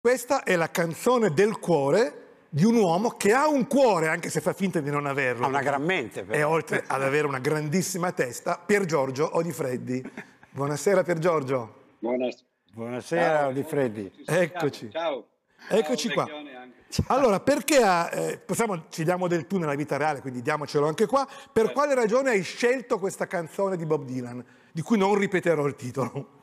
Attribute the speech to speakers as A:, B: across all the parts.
A: Questa è la canzone del cuore di un uomo che ha un cuore, anche se fa finta di non averlo.
B: Ha una gran mente, però.
A: E oltre ad avere una grandissima testa, Piergiorgio Odifreddi. Buonasera Piergiorgio.
B: Buonasera Odifreddi.
A: Eccoci.
C: Ciao.
A: Eccoci
C: Ciao,
A: qua.
C: anche.
A: Allora, perché ci diamo del tu nella vita reale, quindi diamocelo anche qua. Per quale ragione hai scelto questa canzone di Bob Dylan, di cui non ripeterò il titolo?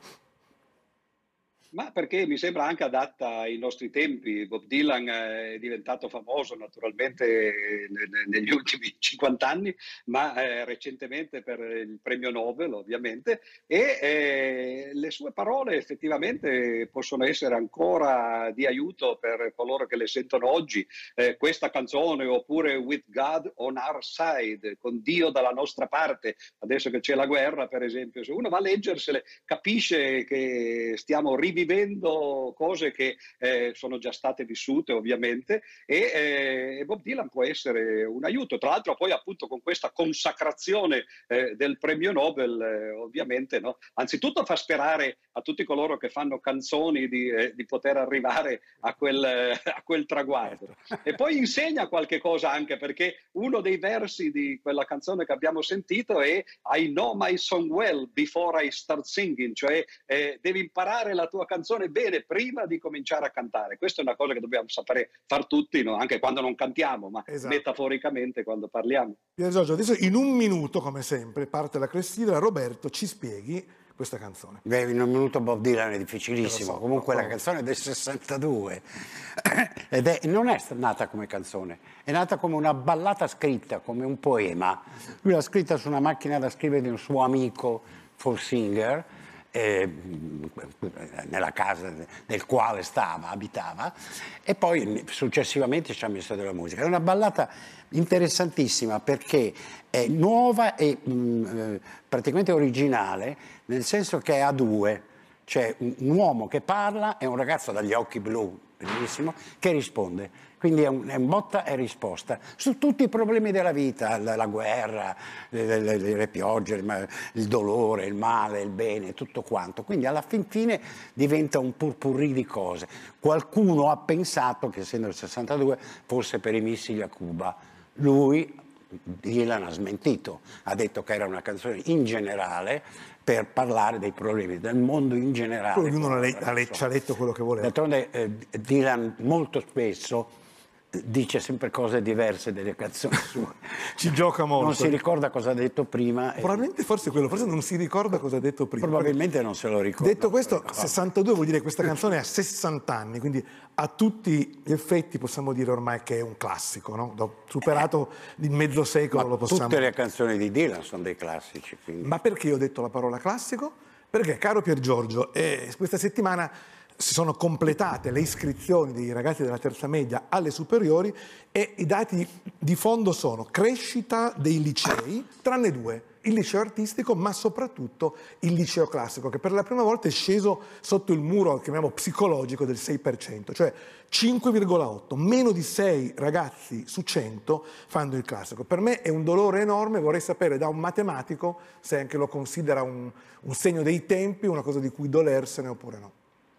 C: Ma perché mi sembra anche adatta ai nostri tempi. Bob Dylan è diventato famoso naturalmente negli ultimi 50 anni, ma recentemente per il premio Nobel ovviamente, e le sue parole effettivamente possono essere ancora di aiuto per coloro che le sentono oggi. Questa canzone, oppure With God on Our Side, con Dio dalla nostra parte, adesso che c'è la guerra per esempio, se uno va a leggersele capisce che stiamo rivivendo cose che sono già state vissute ovviamente, e Bob Dylan può essere un aiuto. Tra l'altro poi appunto con questa consacrazione del premio Nobel ovviamente, no? Anzitutto fa sperare a tutti coloro che fanno canzoni di poter arrivare a quel traguardo, e poi insegna qualche cosa anche, perché uno dei versi di quella canzone che abbiamo sentito è I know my song well before I start singing, cioè devi imparare la tua canzone bene prima di cominciare a cantare. Questa è una cosa che dobbiamo sapere far tutti, no? Anche quando non cantiamo, ma
A: Esatto.
C: Metaforicamente quando parliamo.
A: Giorgio, adesso in un minuto, come sempre, parte la clessidra. Roberto, ci spieghi questa canzone.
B: Beh, in un minuto Bob Dylan è difficilissimo.
A: So,
B: Comunque la canzone è del 62 ed non è nata come canzone, è nata come una ballata scritta, come un poema. Lui l'ha scritta su una macchina da scrivere di un suo amico folk singer, nella casa nel quale abitava, e poi successivamente ci ha messo della musica. È una ballata interessantissima perché è nuova e praticamente originale, nel senso che è a due, c'è un uomo che parla e un ragazzo dagli occhi blu, bellissimo, che risponde. Quindi è un botta e risposta su tutti i problemi della vita, la guerra, le piogge, il dolore, il male, il bene, tutto quanto. Quindi alla fine diventa un purpurri di cose. Qualcuno ha pensato che, essendo il 62, fosse per i missili a Cuba. Lui, Dylan, ha smentito, ha detto che era una canzone in generale per parlare dei problemi del mondo in generale.
A: Ognuno ci ha letto quello che voleva.
B: D'altronde Dylan molto spesso dice sempre cose diverse delle canzoni sue.
A: Ci gioca molto.
B: Non si ricorda cosa ha detto prima.
A: Probabilmente forse quello, forse non si ricorda cosa ha detto prima.
B: Probabilmente non se lo ricorda.
A: Detto questo, 62 vuol dire che questa canzone ha 60 anni, quindi a tutti gli effetti possiamo dire ormai che è un classico, no? Superato di mezzo secolo lo possiamo.
B: Tutte le canzoni di Dylan sono dei classici. Quindi.
A: Ma perché ho detto la parola classico? Perché, caro Piergiorgio, questa settimana si sono completate le iscrizioni dei ragazzi della terza media alle superiori e i dati di fondo sono crescita dei licei, tranne due, il liceo artistico ma soprattutto il liceo classico, che per la prima volta è sceso sotto il muro, chiamiamo psicologico, del 6%, cioè 5,8, meno di 6 ragazzi su 100 fanno il classico. Per me è un dolore enorme, vorrei sapere da un matematico se anche lo considera un segno dei tempi, una cosa di cui dolersene oppure no.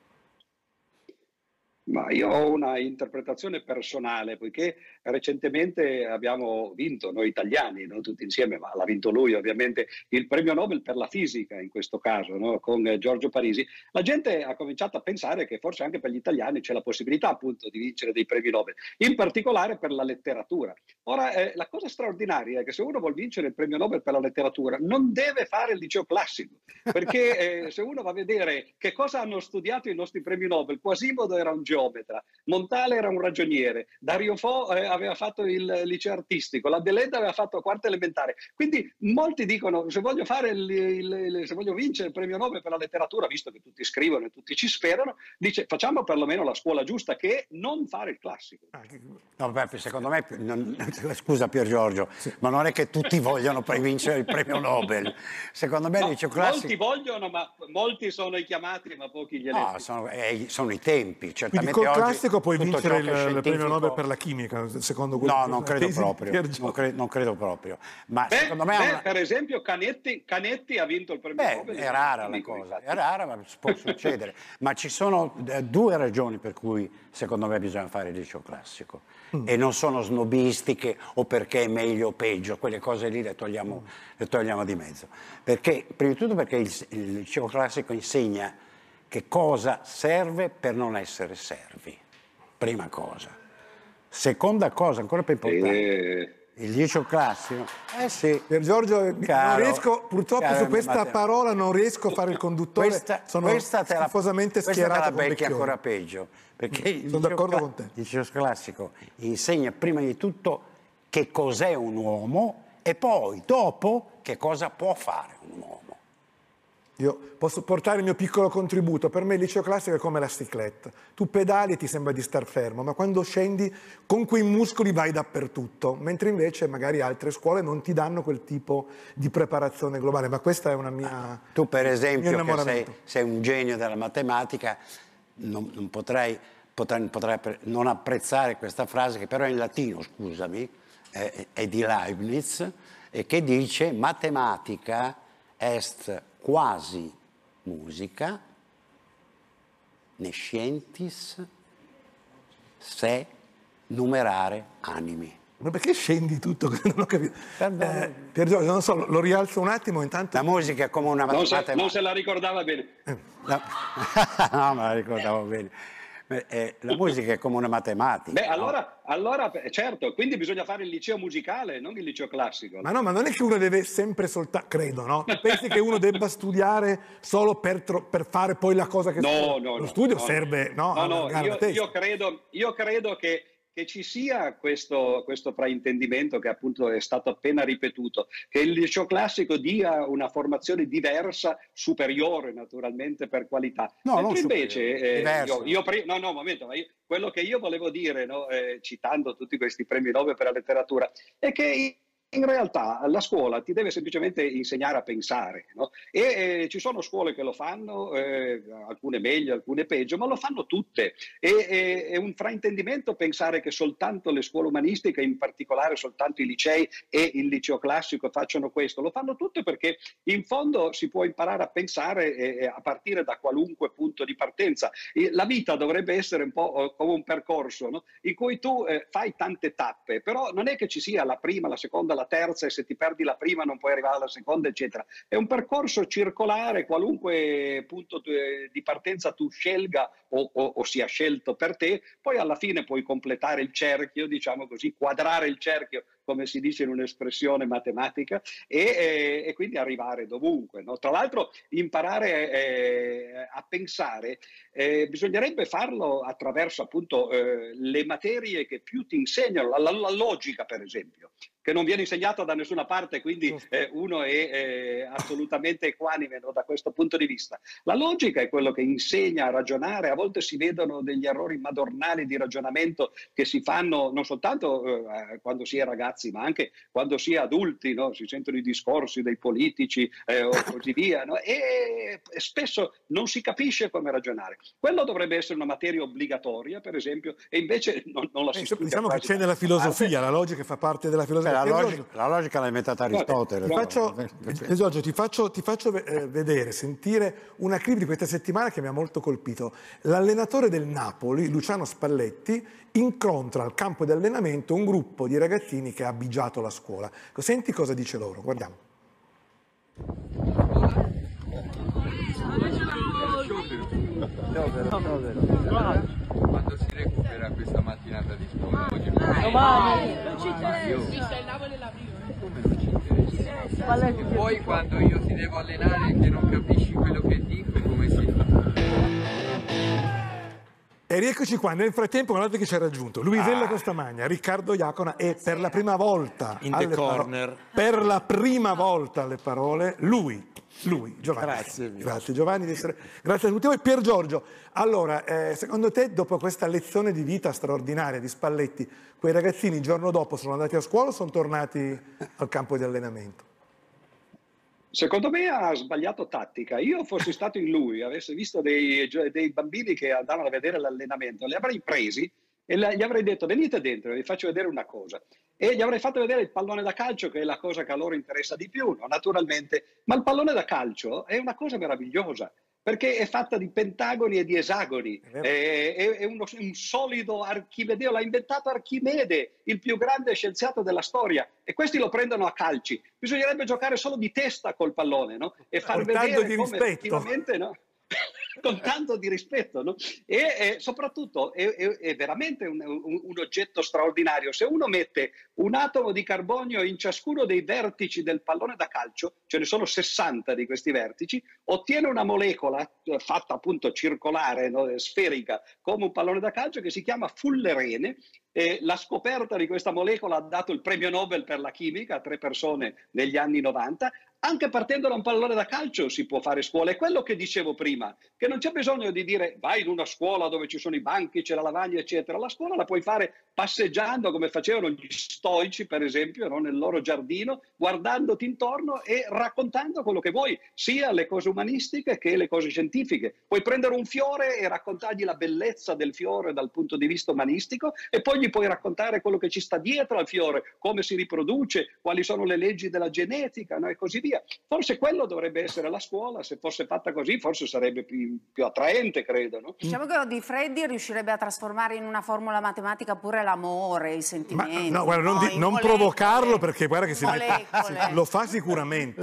C: Ma io ho una interpretazione personale, poiché recentemente abbiamo vinto, noi italiani, no? Tutti insieme, ma l'ha vinto lui ovviamente, il premio Nobel per la fisica in questo caso, no? Con Giorgio Parisi. La gente ha cominciato a pensare che forse anche per gli italiani c'è la possibilità appunto di vincere dei premi Nobel, in particolare per la letteratura. Ora, la cosa straordinaria è che se uno vuol vincere il premio Nobel per la letteratura non deve fare il liceo classico, perché se uno va a vedere che cosa hanno studiato i nostri premi Nobel, Quasimodo era un geometra, Montale era un ragioniere, Dario Fo aveva fatto il liceo artistico, la Deledda aveva fatto quarta elementare. Quindi molti dicono, se voglio se voglio vincere il premio Nobel per la letteratura, visto che tutti scrivono e tutti ci sperano, dice facciamo perlomeno la scuola giusta, che è non fare il classico.
B: No, beh, secondo me, scusa Piergiorgio, sì, ma non è che tutti vogliono vincere il premio Nobel. Secondo me il liceo classico...
C: Molti vogliono, ma molti sono i chiamati, ma pochi gli eletti.
B: No, sono i tempi, certamente. naturalmente
A: col classico puoi
B: tutto
A: vincere
B: ciò che è
A: il premio Nobel
B: scientifico-
A: per la chimica, secondo quello
B: No,
A: che
B: non
A: dice la
B: credo
A: tesi di
B: proprio.
A: Pier
B: Non,
A: Giorgio.
B: non credo proprio. Ma secondo me è una...
C: per esempio Canetti ha vinto il premio
B: Beh,
C: Nobel.
B: è rara la
C: chimico,
B: cosa,
C: infatti.
B: è rara, ma può succedere. Ma ci sono due ragioni per cui secondo me bisogna fare il liceo classico. E non sono snobistiche o perché è meglio o peggio, quelle cose lì le togliamo di mezzo. Perché, prima di tutto perché il liceo classico insegna che cosa serve per non essere servi. Prima cosa. Seconda cosa, ancora più importante. Il liceo classico, sì.
A: Pier Giorgio,
B: Caro,
A: non riesco, purtroppo
B: caro
A: su questa
B: Matteo.
A: parola non riesco a fare il conduttore, sono schifosamente schierato con
B: becchi
A: Vecchioni.
B: ancora peggio, perché
A: Sono d'accordo con te.
B: il liceo classico insegna prima di tutto che cos'è un uomo e poi dopo che cosa può fare un uomo.
A: Io posso portare il mio piccolo contributo, per me il liceo classico è come la cicletta, tu pedali e ti sembra di star fermo, ma quando scendi con quei muscoli vai dappertutto, mentre invece magari altre scuole non ti danno quel tipo di preparazione globale, ma questa è una mia...
B: Tu per
A: mio
B: esempio che
A: innamoramento.
B: sei un genio della matematica, non potrai non apprezzare questa frase che però è in latino, scusami, è di Leibniz, e che dice matematica est quasi musica, ne scientis se numerare animi.
A: Ma perché scendi tutto? Non ho capito. Pier Giorgio, non so, lo rialzo un attimo intanto.
B: La musica è come una matematica.
C: Non se la ricordava bene.
B: No, me la ricordavo bene. La musica è come una matematica.
C: Beh,
B: no?
C: allora, certo, quindi bisogna fare il liceo musicale, non il liceo classico.
A: Ma no, ma non è che uno deve sempre soltanto, credo, no? Tu pensi che uno debba studiare solo per fare poi la cosa che
C: No,
A: studia?
C: no,
A: Lo
C: no,
A: studio
C: no,
A: serve, no?
C: No,
A: a
C: no,
A: allargare la testa.
C: io credo che ci sia questo fraintendimento che appunto è stato appena ripetuto, che il liceo classico dia una formazione diversa, superiore naturalmente per qualità.
B: No, non
C: Mentre invece,
B: diversa.
C: un momento, ma quello che io volevo dire, no, citando tutti questi premi Nobel per la letteratura, è che in realtà la scuola ti deve semplicemente insegnare a pensare, no? E ci sono scuole che lo fanno, alcune meglio, alcune peggio, ma lo fanno tutte. È un fraintendimento pensare che soltanto le scuole umanistiche, in particolare soltanto i licei e il liceo classico facciano questo. Lo fanno tutte perché in fondo si può imparare a pensare a partire da qualunque punto di partenza. La vita dovrebbe essere un po' come un percorso, no? In cui tu fai tante tappe, però non è che ci sia la prima, la seconda, la terza e se ti perdi la prima non puoi arrivare alla seconda, eccetera. È un percorso circolare, qualunque punto di partenza tu scelga o sia scelto per te, poi alla fine puoi completare il cerchio, diciamo così, quadrare il cerchio, come si dice in un'espressione matematica, e quindi arrivare dovunque, no? Tra l'altro imparare a pensare bisognerebbe farlo attraverso appunto le materie che più ti insegnano, la logica per esempio, che non viene insegnata da nessuna parte, quindi uno è assolutamente equanime, no, da questo punto di vista. La logica è quello che insegna a ragionare, a volte si vedono degli errori madornali di ragionamento che si fanno non soltanto quando si è ragazzi, ma anche quando si è adulti, no? Si sentono i discorsi dei politici o così via, no? E spesso non si capisce come ragionare. Quello dovrebbe essere una materia obbligatoria, per esempio, e invece non la si studia.
A: Diciamo che c'è nella filosofia, la logica fa parte della filosofia.
B: La logica l'ha inventata Aristotele.
A: Giorgio, ti faccio vedere, sentire una clip di questa settimana che mi ha molto colpito. L'allenatore del Napoli, Luciano Spalletti, incontra al campo di allenamento un gruppo di ragazzini che ha bigiato la scuola. Senti cosa dice loro, guardiamo.
D: Quando si recupera questa mattinata di scuola?
E: Domani.
D: Non ci interessa. Come non ci interessa? E poi quando io ti devo allenare che non capisci quello che dico, come si fa?
A: E rieccoci qua, nel frattempo guardate che ci ha raggiunto Luisella Costamagna, Riccardo Iacona e per la prima volta per la prima volta alle parole lui Giovanni. Grazie Giovanni, grazie a tutti voi. Pier Giorgio, allora secondo te dopo questa lezione di vita straordinaria di Spalletti, quei ragazzini il giorno dopo sono andati a scuola o sono tornati al campo di allenamento?
C: Secondo me ha sbagliato tattica. Io fossi stato in lui, avessi visto dei bambini che andavano a vedere l'allenamento, li avrei presi e gli avrei detto venite dentro, vi faccio vedere una cosa. E gli avrei fatto vedere il pallone da calcio, che è la cosa che a loro interessa di più, no? Naturalmente. Ma il pallone da calcio è una cosa meravigliosa, perché è fatta di pentagoni e di esagoni, è un solido archimedeo, l'ha inventato Archimede, il più grande scienziato della storia, e questi lo prendono a calci. Bisognerebbe giocare solo di testa col pallone, no? E far vedere come effettivamente, no? Con tanto di rispetto, no? E soprattutto è veramente un oggetto straordinario. Se uno mette un atomo di carbonio in ciascuno dei vertici del pallone da calcio, ce ne sono 60 di questi vertici, ottiene una molecola fatta appunto circolare, no? Sferica, come un pallone da calcio, che si chiama fullerene. La scoperta di questa molecola ha dato il premio Nobel per la chimica a 3 persone negli anni 90. Anche partendo da un pallone da calcio si può fare scuola. È quello che dicevo prima, che non c'è bisogno di dire vai in una scuola dove ci sono i banchi, c'è la lavagna, eccetera. La scuola la puoi fare passeggiando, come facevano gli stoici, per esempio, no? Nel loro giardino, guardandoti intorno e raccontando quello che vuoi, sia le cose umanistiche che le cose scientifiche. Puoi prendere un fiore e raccontargli la bellezza del fiore dal punto di vista umanistico, e poi gli puoi raccontare quello che ci sta dietro al fiore, come si riproduce, quali sono le leggi della genetica, no? E così via. Forse quello dovrebbe essere la scuola. Se fosse fatta così forse sarebbe più attraente, credo, no?
E: Diciamo che Odifreddi riuscirebbe a trasformare in una formula matematica pure l'amore, i sentimenti.
A: No, guarda, non provocarlo, perché guarda che lo fa sicuramente,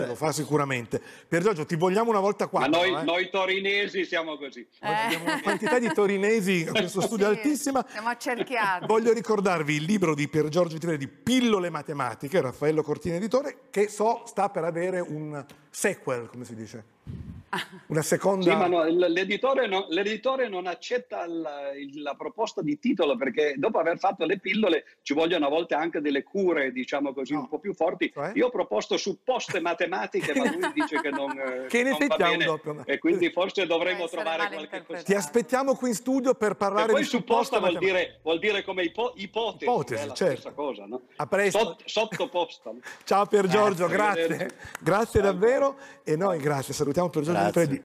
A: Per Giorgio, ti vogliamo una volta qua.
C: Ma noi torinesi siamo così.
A: Abbiamo una quantità di torinesi a questo studio altissima.
E: Siamo accerchiati.
A: Voglio ricordarvi il libro di Pier Giorgio Odifreddi, Pillole matematiche, Raffaello Cortina editore, che sta per avere un sequel, come si dice? Una seconda...
C: Sì, ma no, l'editore non accetta la proposta di titolo, perché dopo aver fatto le pillole ci vogliono a volte anche delle cure, diciamo così, un po' più forti. Io ho proposto supposte matematiche, ma lui dice che non,
A: che in
C: non
A: effetti
C: va
A: ha un
C: bene,
A: doppio.
C: e quindi forse dovremmo trovare qualche cosa.
A: Ti aspettiamo qui in studio per parlare
C: poi
A: di supposta
C: vuol dire come ipotesi, è la stessa cosa, no?
A: A presto.
C: Sottoposta.
A: Ciao Pier Giorgio, grazie. Grazie davvero. E noi grazie, salutiamo Pier Giorgio Odifreddi.